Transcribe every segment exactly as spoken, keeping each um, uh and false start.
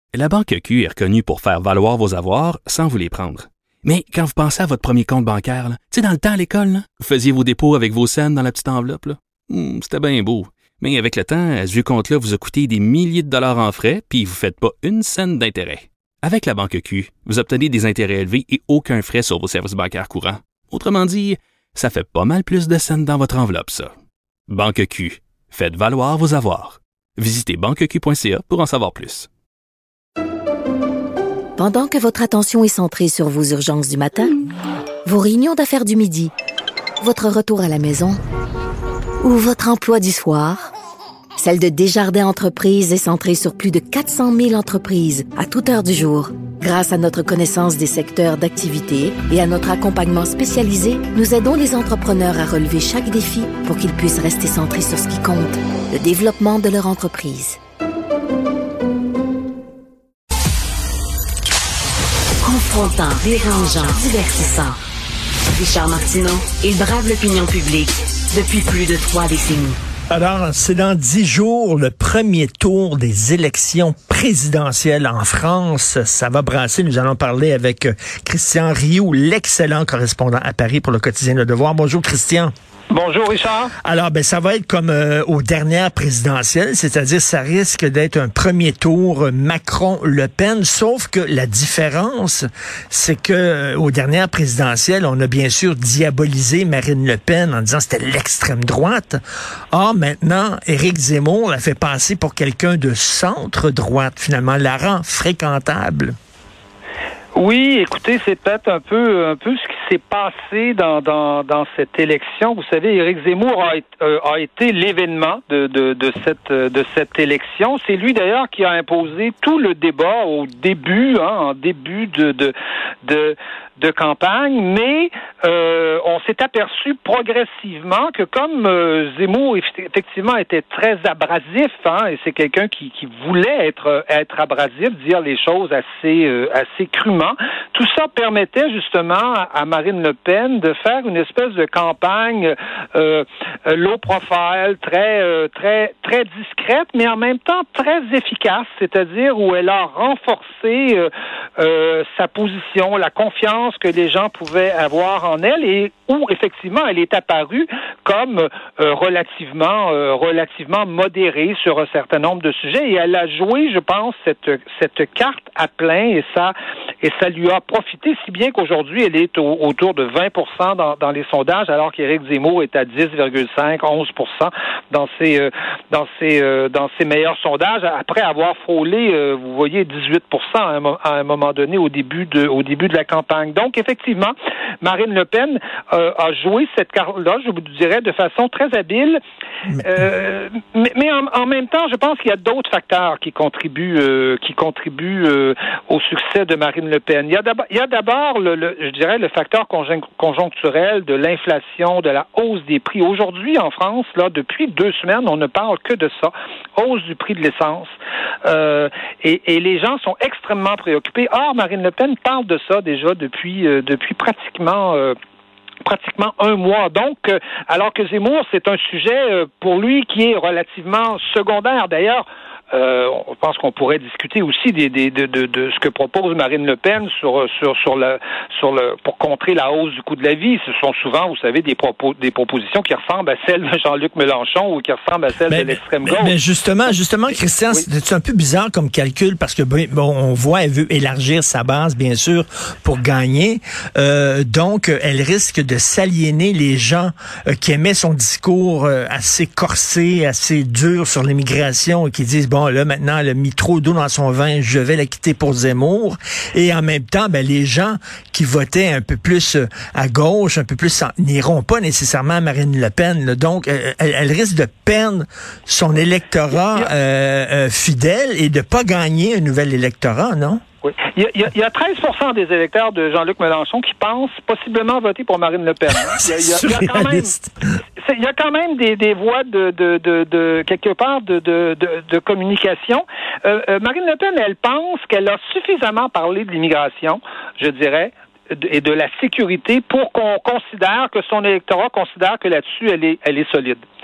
La Banque Q est reconnue pour faire valoir vos avoirs sans vous les prendre. Mais quand vous pensez à votre premier compte bancaire, tu sais, dans le temps à l'école, là, vous faisiez vos dépôts avec vos scènes dans la petite enveloppe. Là. Hum, c'était bien beau. Mais avec le temps, à ce vieux compte-là vous a coûté des milliers de dollars en frais, puis vous ne faites pas une scène d'intérêt. Avec la Banque Q, vous obtenez des intérêts élevés et aucun frais sur vos services bancaires courants. Autrement dit, ça fait pas mal plus de scènes dans votre enveloppe, ça. Banque Q. Faites valoir vos avoirs. Visitez banque q point c a pour en savoir plus. Pendant que votre attention est centrée sur vos urgences du matin, vos réunions d'affaires du midi, votre retour à la maison ou votre emploi du soir, celle de Desjardins Entreprises est centrée sur plus de quatre cent mille entreprises à toute heure du jour. Grâce à notre connaissance des secteurs d'activité et à notre accompagnement spécialisé, nous aidons les entrepreneurs à relever chaque défi pour qu'ils puissent rester centrés sur ce qui compte, le développement de leur entreprise. Confrontant, dérangeant, divertissant. Richard Martineau, il brave l'opinion publique depuis plus de trois décennies. Alors, c'est dans dix jours le premier tour des élections présidentielles en France. Ça va brasser. Nous allons parler avec Christian Rioux, l'excellent correspondant à Paris pour le quotidien Le Devoir. Bonjour, Christian. Bonjour Richard. Alors, ben ça va être comme euh, aux dernières présidentielles, c'est-à-dire ça risque d'être un premier tour euh, Macron-Le Pen, sauf que la différence, c'est que euh, aux dernières présidentielles, on a bien sûr diabolisé Marine Le Pen en disant que c'était l'extrême droite. Or, maintenant, Éric Zemmour l'a fait passer pour quelqu'un de centre-droite, finalement, la rend fréquentable. Oui, écoutez, c'est peut-être un peu un peu ce qui s'est passé dans dans dans cette élection. Vous savez, Éric Zemmour a, euh, a été l'événement de de de cette de cette élection. C'est lui d'ailleurs qui a imposé tout le débat au début, hein, en début de de de de campagne, mais euh, on s'est aperçu progressivement que comme euh, Zemmour effectivement était très abrasif, hein, et c'est quelqu'un qui, qui voulait être être abrasif, dire les choses assez euh, assez crûment, tout ça permettait justement à, à Marine Le Pen de faire une espèce de campagne euh, low profile, très euh, très très discrète, mais en même temps très efficace, c'est-à-dire où elle a renforcé euh, euh, sa position, la confiance que les gens pouvaient avoir en elle et où effectivement elle est apparue comme euh, relativement euh, relativement modérée sur un certain nombre de sujets et elle a joué, je pense, cette cette carte à plein et ça et ça lui a profité si bien qu'aujourd'hui elle est au, autour de vingt pour cent dans, dans les sondages alors qu'Éric Zemmour est à dix virgule cinq, onze pour cent dans ses euh, dans ses euh, dans ses meilleurs sondages après avoir frôlé euh, vous voyez dix-huit pour cent à un, à un moment donné au début de au début de la campagne. Donc, effectivement, Marine Le Pen euh, a joué cette carte-là, je vous dirais, de façon très habile. Euh, mais mais en, en même temps, je pense qu'il y a d'autres facteurs qui contribuent, euh, qui contribuent euh, au succès de Marine Le Pen. Il y a d'abord, il y a d'abord le, le, je dirais, le facteur conjoncturel de l'inflation, de la hausse des prix. Aujourd'hui, en France, là, depuis deux semaines, on ne parle que de ça. Hausse du prix de l'essence. Euh, et, et les gens sont extrêmement préoccupés. Or, Marine Le Pen parle de ça déjà depuis euh, depuis pratiquement euh, pratiquement un mois. Donc, euh, alors que Zemmour, c'est un sujet euh, pour lui qui est relativement secondaire. D'ailleurs, Euh, on pense qu'on pourrait discuter aussi des, des, de, de, de ce que propose Marine Le Pen sur sur sur le sur le pour contrer la hausse du coût de la vie. Ce sont souvent, vous savez, des propos des propositions qui ressemblent à celles de Jean-Luc Mélenchon ou qui ressemblent à celles mais, de l'extrême gauche. Mais justement, justement, Christian, oui. C'est un peu bizarre comme calcul parce que bon, on voit, elle veut élargir sa base, bien sûr, pour gagner. Euh, donc, elle risque de s'aliéner les gens euh, qui aimaient son discours euh, assez corsé, assez dur sur l'immigration et qui disent bon. Là, maintenant, elle a mis trop d'eau dans son vin, je vais la quitter pour Zemmour. Et en même temps, ben, les gens qui votaient un peu plus à gauche, un peu plus, n'iront pas nécessairement à Marine Le Pen. Là. Donc, elle, elle risque de perdre son électorat euh, euh, fidèle et de pas gagner un nouvel électorat, non? Oui. Il y, a, il, y a, il y a treize pour cent des électeurs de Jean-Luc Mélenchon qui pensent possiblement voter pour Marine Le Pen. Hein? Il, y a, il, y a, il, y a quand même, il y a quand même des, des voies de, de, de, de quelque part de, de, de, de communication. Euh, euh, Marine Le Pen, elle pense qu'elle a suffisamment parlé de l'immigration, je dirais, et de la sécurité pour qu'on considère que son électorat considère que là-dessus, elle est, elle est solide.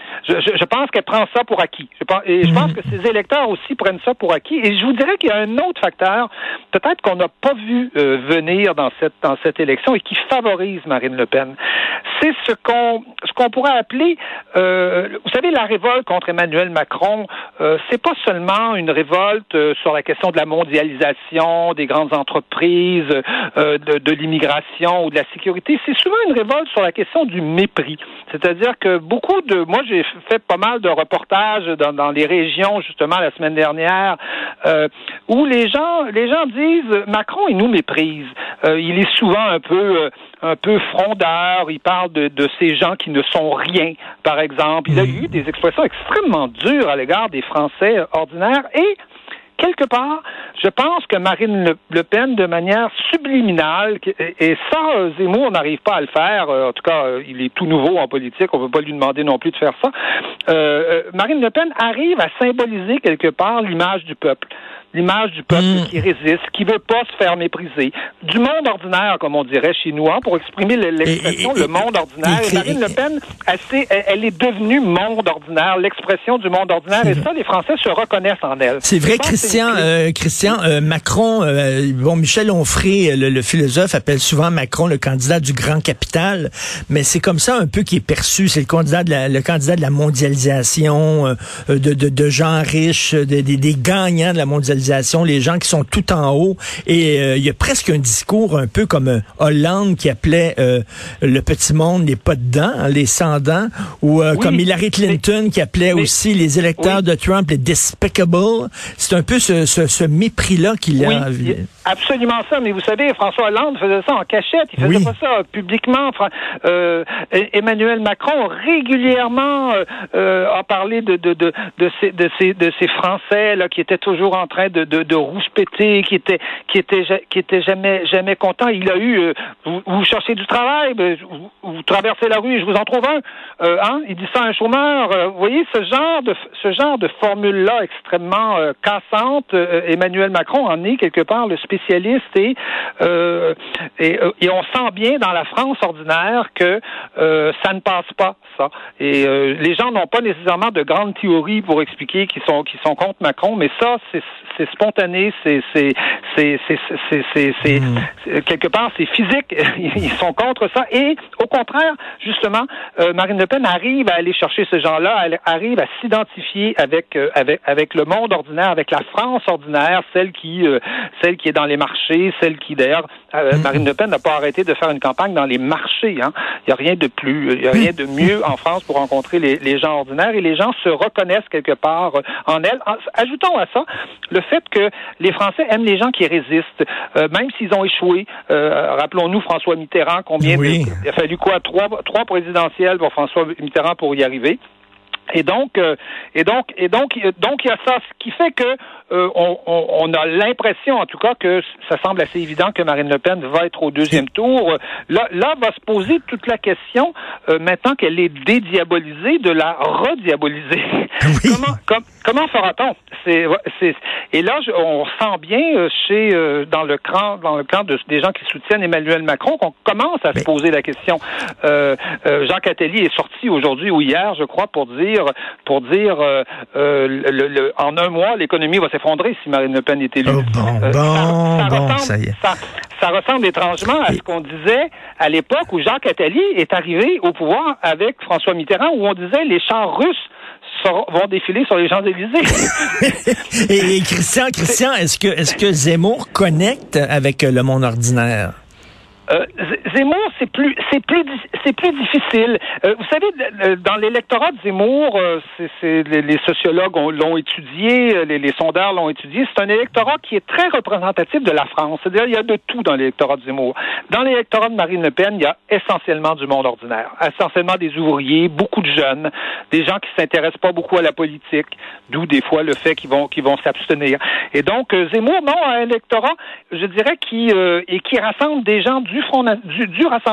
Je, je, je pense qu'elle prend ça pour acquis. Je pense, et je pense que ses électeurs aussi prennent ça pour acquis. Et je vous dirais qu'il y a un autre facteur, peut-être qu'on n'a pas vu euh, venir dans cette dans cette élection et qui favorise Marine Le Pen. C'est ce qu'on ce qu'on pourrait appeler, euh, vous savez, la révolte contre Emmanuel Macron. Euh, c'est pas seulement une révolte euh, sur la question de la mondialisation, des grandes entreprises, euh, de, de l'immigration ou de la sécurité. C'est souvent une révolte sur la question du mépris. C'est-à-dire que beaucoup de... Moi, j'ai fait pas mal de reportages dans, dans les régions, justement, la semaine dernière, euh, où les gens les gens disent « Macron, il nous méprise. Euh, il est souvent un peu... Euh, un peu frondeur, il parle de, de ces gens qui ne sont rien, par exemple. Il a eu des expressions extrêmement dures à l'égard des Français ordinaires et, quelque part, je pense que Marine Le, Le Pen, de manière subliminale, et, et ça, Zemmour n'arrive pas à le faire, en tout cas, il est tout nouveau en politique, on ne peut pas lui demander non plus de faire ça, euh, Marine Le Pen arrive à symboliser quelque part l'image du peuple. L'image du peuple mmh. qui résiste, qui veut pas se faire mépriser. Du monde ordinaire, comme on dirait chez nous, hein, pour exprimer l'expression et, et, le monde ordinaire. Et, et Marine et, Le Pen, elle, sait, elle, elle est devenue monde ordinaire, l'expression du monde ordinaire. Et ça, les Français se reconnaissent en elle. C'est vrai, Christian. Euh, Christian, euh, Macron, euh, bon, Michel Onfray, le, le philosophe, appelle souvent Macron le candidat du grand capital, mais c'est comme ça un peu qui est perçu. C'est le candidat de la, le candidat de la mondialisation, euh, de, de, de gens riches, de, de, des gagnants de la mondialisation. Les gens qui sont tout en haut. Et euh, il y a presque un discours un peu comme euh, Hollande qui appelait euh, le petit monde n'est pas dedans, hein, les sans-dents, ou euh, oui, comme Hillary Clinton mais, qui appelait mais, aussi les électeurs oui. de Trump les despicable. C'est un peu ce, ce, ce mépris-là qu'il y a. Oui, absolument ça. Mais vous savez, François Hollande faisait ça en cachette. Il faisait oui. pas ça publiquement. Euh, Emmanuel Macron régulièrement euh, a parlé de, de, de, de, ces, de, ces, de ces Français là, qui étaient toujours en train de, de, de rouspéter, qui étaient, qui étaient, qui étaient jamais, jamais contents. Il a eu, euh, vous, vous cherchez du travail, ben, vous, vous traversez la rue et je vous en trouve un. Euh, hein? Il dit ça à un chômeur. Euh, vous voyez, ce genre de, ce genre de formule-là extrêmement euh, cassante, euh, Emmanuel Macron en est quelque part le spécialiste et, euh, et, et on sent bien dans la France ordinaire que euh, ça ne passe pas, ça. Et euh, les gens n'ont pas nécessairement de grandes théories pour expliquer qu'ils sont, qu'ils sont contre Macron, mais ça, c'est, c'est spontané, c'est, c'est, c'est, c'est, c'est, c'est, c'est mmh. quelque part, c'est physique. Ils sont contre ça. Et au contraire, justement, euh, Marine Le Pen arrive à aller chercher ces gens-là, elle arrive à s'identifier avec, euh, avec, avec le monde ordinaire, avec la France ordinaire, celle qui, euh, celle qui est dans les marchés, celle qui, d'ailleurs, euh, mmh. Marine Le Pen n'a pas arrêté de faire une campagne dans les marchés. Hein. Il n'y a rien de plus, il n'y a rien de mieux en France pour rencontrer les, les gens ordinaires et les gens se reconnaissent quelque part en elle. En, ajoutons à ça le fait que les Français aiment les gens qui résistent, euh, même s'ils ont échoué. Euh, rappelons-nous François Mitterrand, combien oui. de, il a fallu quoi, trois, trois présidentielles pour François Mitterrand pour y arriver. Et donc, euh, et donc, et donc, donc, il y a ça, ce qui fait que euh, on, on, on a l'impression, en tout cas, que ça semble assez évident que Marine Le Pen va être au deuxième tour. Là, là, va se poser toute la question, euh, maintenant qu'elle est dédiabolisée, de la rediaboliser. Oui. Comment, com, comment fera-t-on? C'est, c'est, et là, je, on sent bien euh, chez euh, dans le camp, dans le camp de, des gens qui soutiennent Emmanuel Macron, qu'on commence à Mais... se poser la question. Euh, euh, Jacques Attali est sorti aujourd'hui ou hier, je crois, pour dire, pour dire, euh, euh, le, le, en un mois, l'économie va s'effondrer si Marine Le Pen est élue. Oh bon, euh, bon, ça, ça bon, ressemble, ça y est. Ça, ça ressemble étrangement à ce qu'on disait à l'époque où Jacques Attali est arrivé au pouvoir avec François Mitterrand, où on disait les chars russes vont défiler sur les Champs-Élysées. et, et Christian, Christian, est-ce que, est-ce que Zemmour connecte avec le monde ordinaire? Euh, Zemmour, c'est plus, c'est plus, c'est plus difficile. Euh, vous savez, dans l'électorat de Zemmour, euh, c'est, c'est, les, les sociologues ont, l'ont étudié, les, les sondeurs l'ont étudié. C'est un électorat qui est très représentatif de la France. C'est-à-dire, il y a de tout dans l'électorat de Zemmour. Dans l'électorat de Marine Le Pen, il y a essentiellement du monde ordinaire, essentiellement des ouvriers, beaucoup de jeunes, des gens qui s'intéressent pas beaucoup à la politique, d'où des fois le fait qu'ils vont, qu'ils vont s'abstenir. Et donc, euh, Zemmour, non, a un électorat, je dirais, qui euh, et qui rassemble des gens du Du, Front, du, du Rassemblement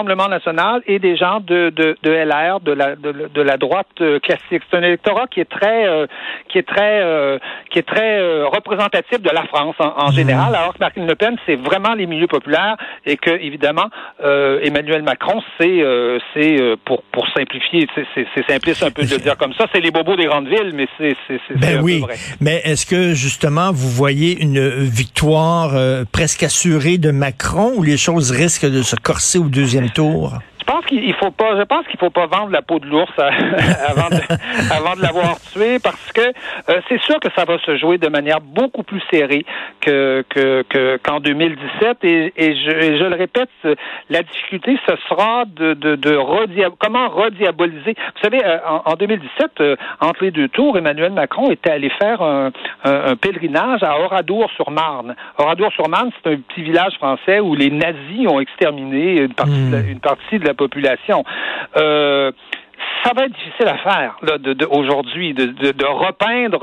Rassemblement national et des gens de, de, de L R, de la, de, de la droite euh, classique. C'est un électorat qui est très, euh, qui est très, euh, qui est très euh, représentatif de la France en, en mmh. général, alors que Marine Le Pen, c'est vraiment les milieux populaires et que, évidemment, euh, Emmanuel Macron, c'est, euh, c'est euh, pour, pour simplifier, c'est, c'est, c'est simpliste un peu de le dire comme ça, c'est les bobos des grandes villes, mais c'est, c'est, c'est, ben c'est un oui. peu vrai. Mais est-ce que, justement, vous voyez une victoire euh, presque assurée de Macron ou les choses risquent de se corser au deuxième tour? Je pense qu'il faut pas. Je pense qu'il faut pas vendre la peau de l'ours avant de, avant de l'avoir tué, parce que euh, c'est sûr que ça va se jouer de manière beaucoup plus serrée que que, que qu'en deux mille dix-sept. Et, et, je, et je le répète, la difficulté ce sera de de, de rediab- comment rediaboliser. Vous savez, euh, en, en deux mille dix-sept, euh, entre les deux tours, Emmanuel Macron était allé faire un, un, un pèlerinage à Oradour-sur-Marne. Oradour-sur-Marne, c'est un petit village français où les nazis ont exterminé une partie mmh. de la, une partie de la population. Euh, ça va être difficile à faire là, de, de, aujourd'hui, de, de, de repeindre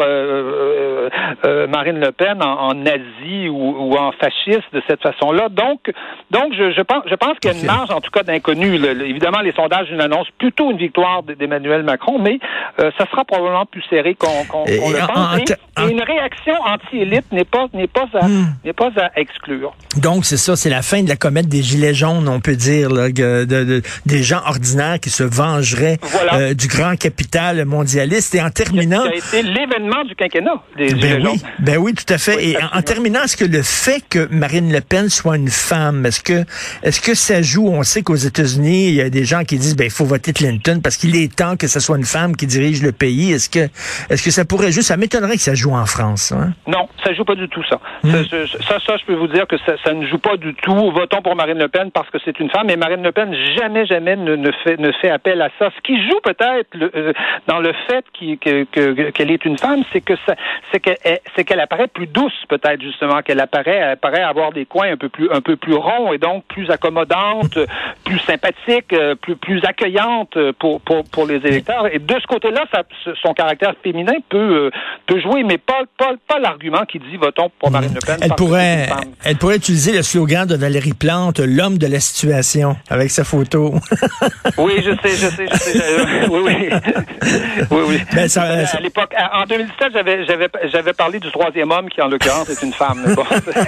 euh, euh, Marine Le Pen en, en nazi ou, ou en fasciste de cette façon-là. Donc, donc je, je pense, je pense qu'il y a une marge, en tout cas, d'inconnu. Le, le, évidemment, les sondages nous annoncent plutôt une victoire d'Emmanuel Macron, mais euh, ça sera probablement plus serré qu'on, qu'on, et, qu'on le pense. En, et, en, et une réaction anti-élite n'est pas, n'est pas à, hmm. n'est pas à exclure. Donc, c'est ça, c'est la fin de la comète des Gilets jaunes, on peut dire, là, de, de, de, des gens ordinaires qui se vengeraient voilà. euh, du grand capital mondialiste. Et en terminant... Ça a été l'événement du quinquennat, des ben Gilets oui, jaunes. Ben oui, tout à fait. Oui, et en, en terminant, est-ce que le fait que Marine Le Pen soit une femme, est-ce que est-ce que ça joue? On sait qu'aux États-Unis, il y a des gens qui disent, ben il faut voter Clinton parce qu'il est temps que ce soit une femme qui dirige le pays. Est-ce que est-ce que ça pourrait juste... Ça m'étonnerait que ça joue en France, hein? Non, ça joue pas du tout, ça. Mmh. Ça, ça, ça, je peux vous dire que ça, ça ne joue pas du tout. Votons pour Marine Le Pen parce que c'est une femme, mais Marine Le Pen jamais, jamais ne, ne fait ne fait appel à ça. Ce qui joue peut-être le, euh, dans le fait qu'il, que, que, qu'elle est une femme, c'est que ça, c'est qu'elle, c'est qu'elle apparaît plus douce, peut-être justement, qu'elle apparaît, elle apparaît avoir des coins un peu plus, un peu plus ronds et donc plus accommodante, plus sympathique, plus, plus accueillante pour, pour, pour les électeurs. Et de ce côté-là, ça, son caractère féminin peut, peut jouer, mais pas, pas, pas l'argument qui dit votons pour Marine Le Pen. Elle pourrait, elle pourrait utiliser le slogan de Valérie Plante, l'homme de la situation, avec sa photo. Oui, je sais, je sais, je sais. Je, oui, oui. oui, oui. Ben, ça, à ça... l'époque, en deux mille dix-sept, j'avais, j'avais, j'avais parlé du troisième homme qui, en l'occurrence, est une femme. Bon.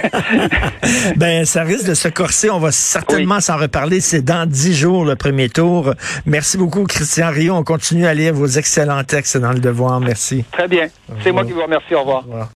Ben, ça risque de se corser. On va certainement oui. s'en reparler. C'est dans dix jours, le premier tour. Merci beaucoup, Christian Rioux. On continue à lire vos excellents textes dans Le Devoir. Merci. Très bien. C'est moi qui vous remercie. Au revoir. Au revoir.